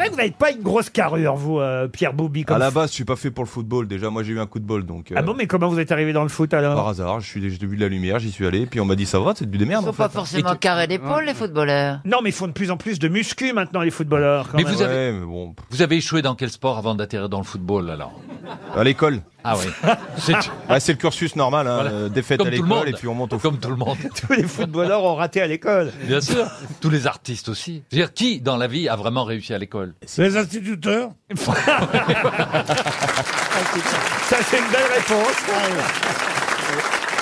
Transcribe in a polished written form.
vrai que vous n'avez pas une grosse carrure, vous, Pierre Boubi. À la base, je suis pas fait pour le football. Déjà, moi, j'ai eu un coup de bol, donc. Ah bon, mais comment vous êtes arrivé dans le foot alors? Par hasard, j'ai vu de la lumière, j'y suis allé, puis on m'a dit ça va, c'est du des Ils merdes. sont En pas fait. forcément carrés d'épaule, les footballeurs. Non, mais ils font de plus en plus de muscu maintenant, les footballeurs. Quand Mais même. vous avez- Ouais, mais bon, Vous avez échoué dans quel sport avant d'atterrir dans le football alors? à l'école. Ah oui. C'est C'est le cursus normal, hein, Voilà. défaite Comme à tout le l'école monde. et puis on monte au Comme tout le monde. Tous les footballeurs ont raté à l'école. Bien sûr. Tous les artistes aussi. Je veux dire, qui dans la vie a vraiment réussi à l'école? Les instituteurs. Ça, c'est une belle réponse.